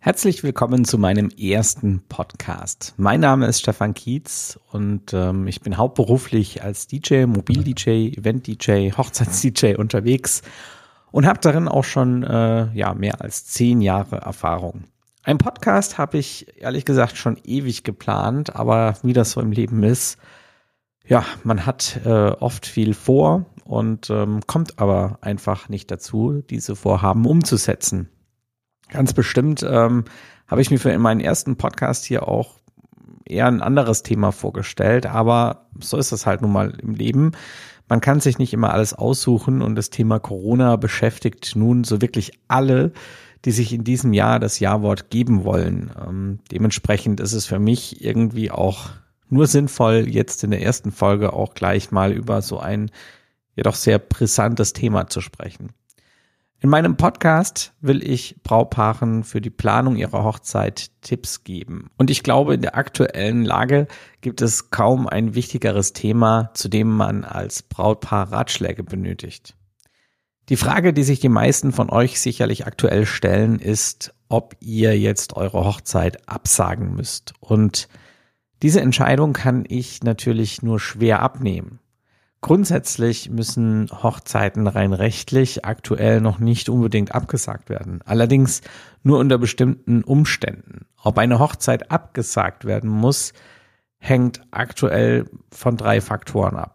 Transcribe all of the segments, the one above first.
Herzlich willkommen zu meinem ersten Podcast. Mein Name ist Stefan Kietz und ich bin hauptberuflich als DJ, Mobil-DJ, Event-DJ, Hochzeits-DJ unterwegs und habe darin auch schon mehr als 10 Jahre Erfahrung. Ein Podcast habe ich ehrlich gesagt schon ewig geplant, aber wie das so im Leben ist, ja, man hat oft viel vor und kommt aber einfach nicht dazu, diese Vorhaben umzusetzen. Ganz bestimmt habe ich mir für meinen ersten Podcast hier auch eher ein anderes Thema vorgestellt, aber so ist es halt nun mal im Leben. Man kann sich nicht immer alles aussuchen und das Thema Corona beschäftigt nun so wirklich alle, die sich in diesem Jahr das Ja-Wort geben wollen. Dementsprechend ist es für mich irgendwie auch nur sinnvoll, jetzt in der ersten Folge auch gleich mal über so ein jedoch sehr brisantes Thema zu sprechen. In meinem Podcast will ich Brautpaaren für die Planung ihrer Hochzeit Tipps geben. Und ich glaube, in der aktuellen Lage gibt es kaum ein wichtigeres Thema, zu dem man als Brautpaar Ratschläge benötigt. Die Frage, die sich die meisten von euch sicherlich aktuell stellen, ist, ob ihr jetzt eure Hochzeit absagen müsst. Und diese Entscheidung kann ich natürlich nur schwer abnehmen. Grundsätzlich müssen Hochzeiten rein rechtlich aktuell noch nicht unbedingt abgesagt werden. Allerdings nur unter bestimmten Umständen. Ob eine Hochzeit abgesagt werden muss, hängt aktuell von 3 Faktoren ab.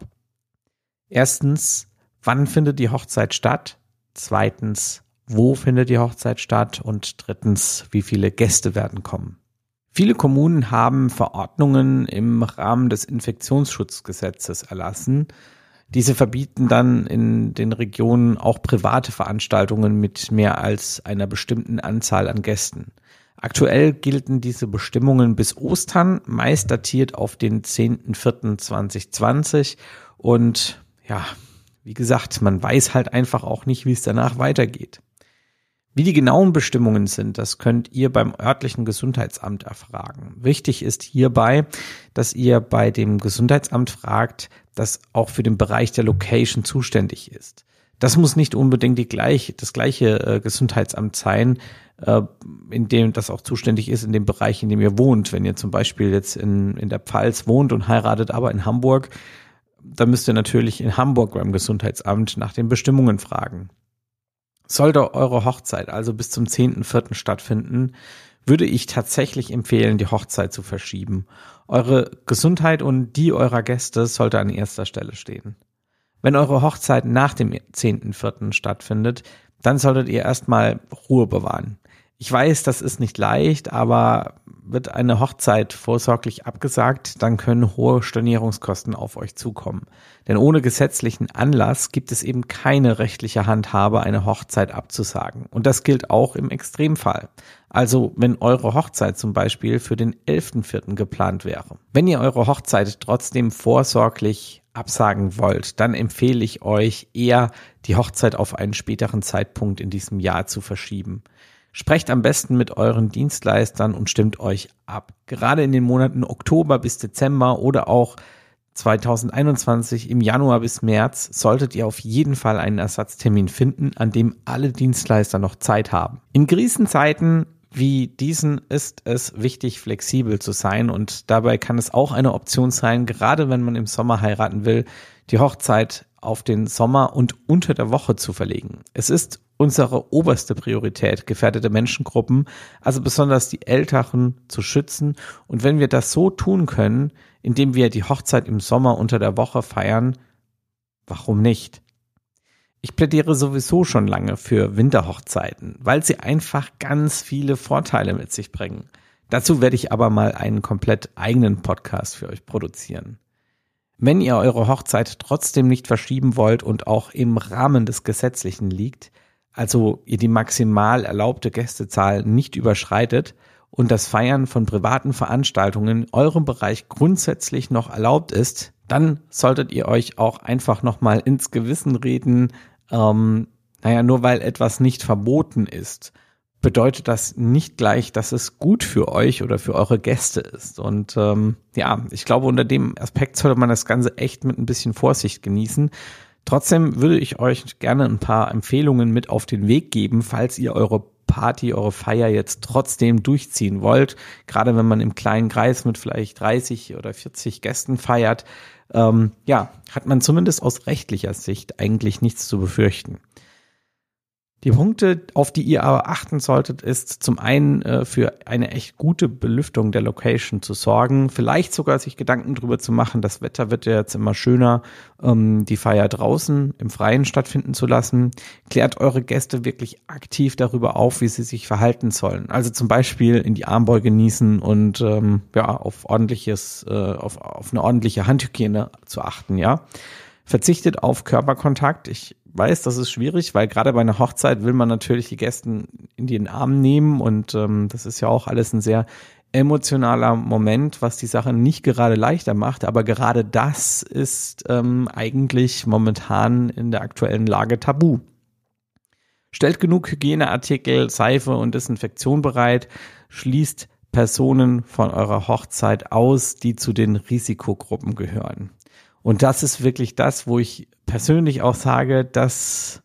Erstens, wann findet die Hochzeit statt? Zweitens, wo findet die Hochzeit statt? Und drittens, wie viele Gäste werden kommen? Viele Kommunen haben Verordnungen im Rahmen des Infektionsschutzgesetzes erlassen. Diese verbieten dann in den Regionen auch private Veranstaltungen mit mehr als einer bestimmten Anzahl an Gästen. Aktuell gelten diese Bestimmungen bis Ostern, meist datiert auf den 10.04.2020 und ja, wie gesagt, man weiß halt einfach auch nicht, wie es danach weitergeht. Wie die genauen Bestimmungen sind, das könnt ihr beim örtlichen Gesundheitsamt erfragen. Wichtig ist hierbei, dass ihr bei dem Gesundheitsamt fragt, das auch für den Bereich der Location zuständig ist. Das muss nicht unbedingt das gleiche Gesundheitsamt sein, in dem das auch zuständig ist in dem Bereich, in dem ihr wohnt. Wenn ihr zum Beispiel jetzt in der Pfalz wohnt und heiratet, aber in Hamburg, dann müsst ihr natürlich in Hamburg beim Gesundheitsamt nach den Bestimmungen fragen. Sollte eure Hochzeit also bis zum 10.04. stattfinden, würde ich tatsächlich empfehlen, die Hochzeit zu verschieben. Eure Gesundheit und die eurer Gäste sollte an erster Stelle stehen. Wenn eure Hochzeit nach dem 10.04. stattfindet, dann solltet ihr erstmal Ruhe bewahren. Ich weiß, das ist nicht leicht, aber wird eine Hochzeit vorsorglich abgesagt, dann können hohe Stornierungskosten auf euch zukommen. Denn ohne gesetzlichen Anlass gibt es eben keine rechtliche Handhabe, eine Hochzeit abzusagen. Und das gilt auch im Extremfall. Also wenn eure Hochzeit zum Beispiel für den 11.04. geplant wäre. Wenn ihr eure Hochzeit trotzdem vorsorglich absagen wollt, dann empfehle ich euch eher, die Hochzeit auf einen späteren Zeitpunkt in diesem Jahr zu verschieben. Sprecht am besten mit euren Dienstleistern und stimmt euch ab. Gerade in den Monaten Oktober bis Dezember oder auch 2021 im Januar bis März solltet ihr auf jeden Fall einen Ersatztermin finden, an dem alle Dienstleister noch Zeit haben. In Krisenzeiten wie diesen ist es wichtig, flexibel zu sein und dabei kann es auch eine Option sein, gerade wenn man im Sommer heiraten will, die Hochzeit auf den Sommer und unter der Woche zu verlegen. Es ist unsere oberste Priorität, gefährdete Menschengruppen, also besonders die Älteren, zu schützen. Und wenn wir das so tun können, indem wir die Hochzeit im Sommer unter der Woche feiern, warum nicht? Ich plädiere sowieso schon lange für Winterhochzeiten, weil sie einfach ganz viele Vorteile mit sich bringen. Dazu werde ich aber mal einen komplett eigenen Podcast für euch produzieren. Wenn ihr eure Hochzeit trotzdem nicht verschieben wollt und auch im Rahmen des Gesetzlichen liegt, also ihr die maximal erlaubte Gästezahl nicht überschreitet und das Feiern von privaten Veranstaltungen in eurem Bereich grundsätzlich noch erlaubt ist, dann solltet ihr euch auch einfach nochmal ins Gewissen reden, nur weil etwas nicht verboten ist, bedeutet das nicht gleich, dass es gut für euch oder für eure Gäste ist. Und ich glaube, unter dem Aspekt sollte man das Ganze echt mit ein bisschen Vorsicht genießen. Trotzdem würde ich euch gerne ein paar Empfehlungen mit auf den Weg geben, falls ihr eure Party, eure Feier jetzt trotzdem durchziehen wollt, gerade wenn man im kleinen Kreis mit vielleicht 30 oder 40 Gästen feiert, hat man zumindest aus rechtlicher Sicht eigentlich nichts zu befürchten. Die Punkte, auf die ihr aber achten solltet, ist zum einen für eine echt gute Belüftung der Location zu sorgen, vielleicht sogar sich Gedanken darüber zu machen, das Wetter wird ja jetzt immer schöner, die Feier draußen im Freien stattfinden zu lassen. Klärt eure Gäste wirklich aktiv darüber auf, wie sie sich verhalten sollen. Also zum Beispiel in die Armbeuge niesen und auf eine ordentliche Handhygiene zu achten, ja. Verzichtet auf Körperkontakt. Ich weiß, das ist schwierig, weil gerade bei einer Hochzeit will man natürlich die Gäste in den Arm nehmen und das ist ja auch alles ein sehr emotionaler Moment, was die Sache nicht gerade leichter macht, aber gerade das ist eigentlich momentan in der aktuellen Lage tabu. Stellt genug Hygieneartikel, Seife und Desinfektion bereit, schließt Personen von eurer Hochzeit aus, die zu den Risikogruppen gehören. Und das ist wirklich das, wo ich persönlich auch sage, das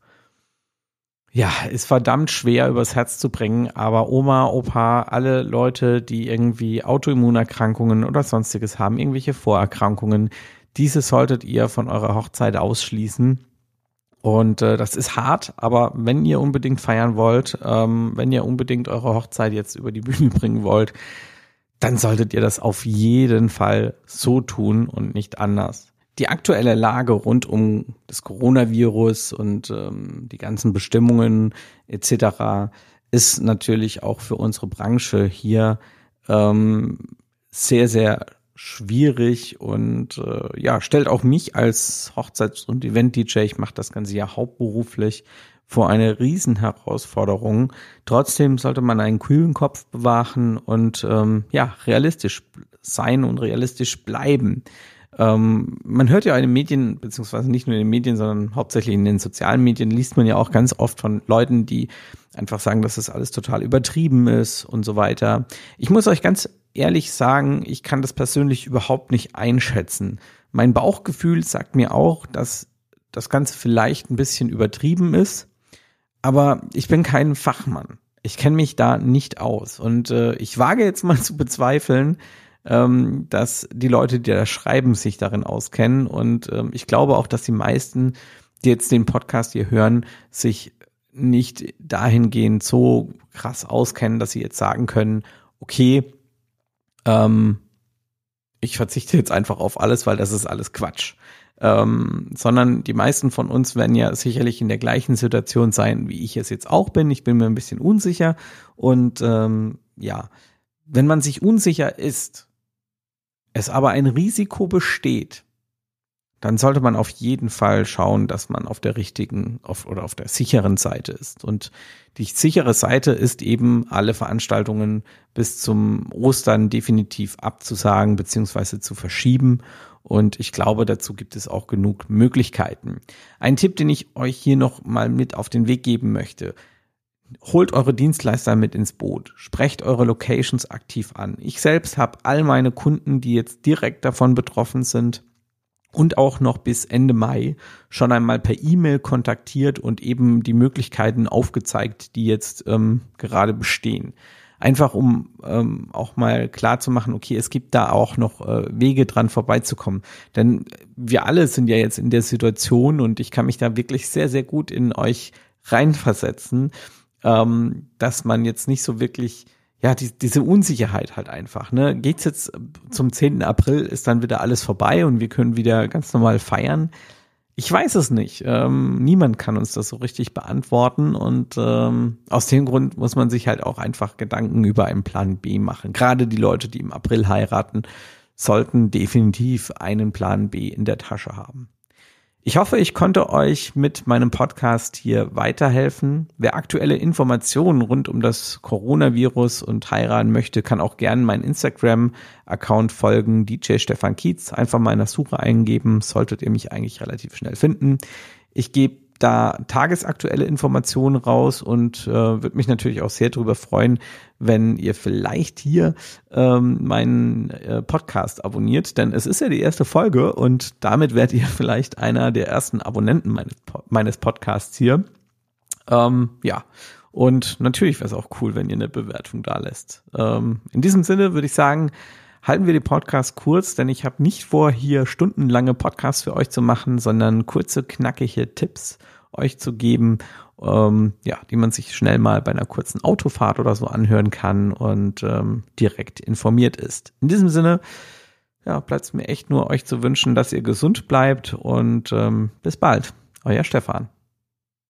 ist verdammt schwer übers Herz zu bringen, aber Oma, Opa, alle Leute, die irgendwie Autoimmunerkrankungen oder sonstiges haben, irgendwelche Vorerkrankungen, diese solltet ihr von eurer Hochzeit ausschließen. Und das ist hart, aber wenn ihr unbedingt feiern wollt, wenn ihr unbedingt eure Hochzeit jetzt über die Bühne bringen wollt, dann solltet ihr das auf jeden Fall so tun und nicht anders. Die aktuelle Lage rund um das Coronavirus und die ganzen Bestimmungen etc. ist natürlich auch für unsere Branche hier sehr, sehr schwierig und stellt auch mich als Hochzeits- und Event-DJ, ich mache das Ganze ja hauptberuflich, vor eine Riesenherausforderung. Trotzdem sollte man einen kühlen Kopf bewahren und realistisch sein und realistisch bleiben. Man hört ja in den Medien, beziehungsweise nicht nur in den Medien, sondern hauptsächlich in den sozialen Medien, liest man ja auch ganz oft von Leuten, die einfach sagen, dass das alles total übertrieben ist und so weiter. Ich muss euch ganz ehrlich sagen, ich kann das persönlich überhaupt nicht einschätzen. Mein Bauchgefühl sagt mir auch, dass das Ganze vielleicht ein bisschen übertrieben ist, aber ich bin kein Fachmann. Ich kenne mich da nicht aus und ich wage jetzt mal zu bezweifeln, dass die Leute, die da schreiben, sich darin auskennen. Und ich glaube auch, dass die meisten, die jetzt den Podcast hier hören, sich nicht dahingehend so krass auskennen, dass sie jetzt sagen können, okay, ich verzichte jetzt einfach auf alles, weil das ist alles Quatsch. Sondern die meisten von uns werden ja sicherlich in der gleichen Situation sein, wie ich es jetzt auch bin. Ich bin mir ein bisschen unsicher. Und wenn man sich unsicher ist, es aber ein Risiko besteht, dann sollte man auf jeden Fall schauen, dass man auf der auf der sicheren Seite ist. Und die sichere Seite ist eben, alle Veranstaltungen bis zum Ostern definitiv abzusagen bzw. zu verschieben. Und ich glaube, dazu gibt es auch genug Möglichkeiten. Ein Tipp, den ich euch hier noch mal mit auf den Weg geben möchte: Holt eure Dienstleister mit ins Boot, sprecht eure Locations aktiv an. Ich selbst habe all meine Kunden, die jetzt direkt davon betroffen sind und auch noch bis Ende Mai schon einmal per E-Mail kontaktiert und eben die Möglichkeiten aufgezeigt, die jetzt gerade bestehen. Einfach um auch mal klar zu machen, okay, es gibt da auch noch Wege dran vorbeizukommen. Denn wir alle sind ja jetzt in der Situation und ich kann mich da wirklich sehr, sehr gut in euch reinversetzen, dass man jetzt nicht so wirklich, diese Unsicherheit halt einfach, ne? Geht's jetzt zum 10. April, ist dann wieder alles vorbei und wir können wieder ganz normal feiern? Ich weiß es nicht. Niemand kann uns das so richtig beantworten und aus dem Grund muss man sich halt auch einfach Gedanken über einen Plan B machen. Gerade die Leute, die im April heiraten, sollten definitiv einen Plan B in der Tasche haben. Ich hoffe, ich konnte euch mit meinem Podcast hier weiterhelfen. Wer aktuelle Informationen rund um das Coronavirus und heiraten möchte, kann auch gerne meinen Instagram-Account folgen, DJ Stefan Kietz. Einfach mal in der Suche eingeben, solltet ihr mich eigentlich relativ schnell finden. Ich gebe da tagesaktuelle Informationen raus und würde mich natürlich auch sehr darüber freuen, wenn ihr vielleicht hier meinen Podcast abonniert, denn es ist ja die erste Folge und damit werdet ihr vielleicht einer der ersten Abonnenten meines Podcasts hier. Und natürlich wäre es auch cool, wenn ihr eine Bewertung da lässt. In diesem Sinne würde ich sagen, halten wir den Podcast kurz, denn ich habe nicht vor, hier stundenlange Podcasts für euch zu machen, sondern kurze, knackige Tipps euch zu geben, die man sich schnell mal bei einer kurzen Autofahrt oder so anhören kann und direkt informiert ist. In diesem Sinne, bleibt es mir echt nur euch zu wünschen, dass ihr gesund bleibt und bis bald. Euer Stefan.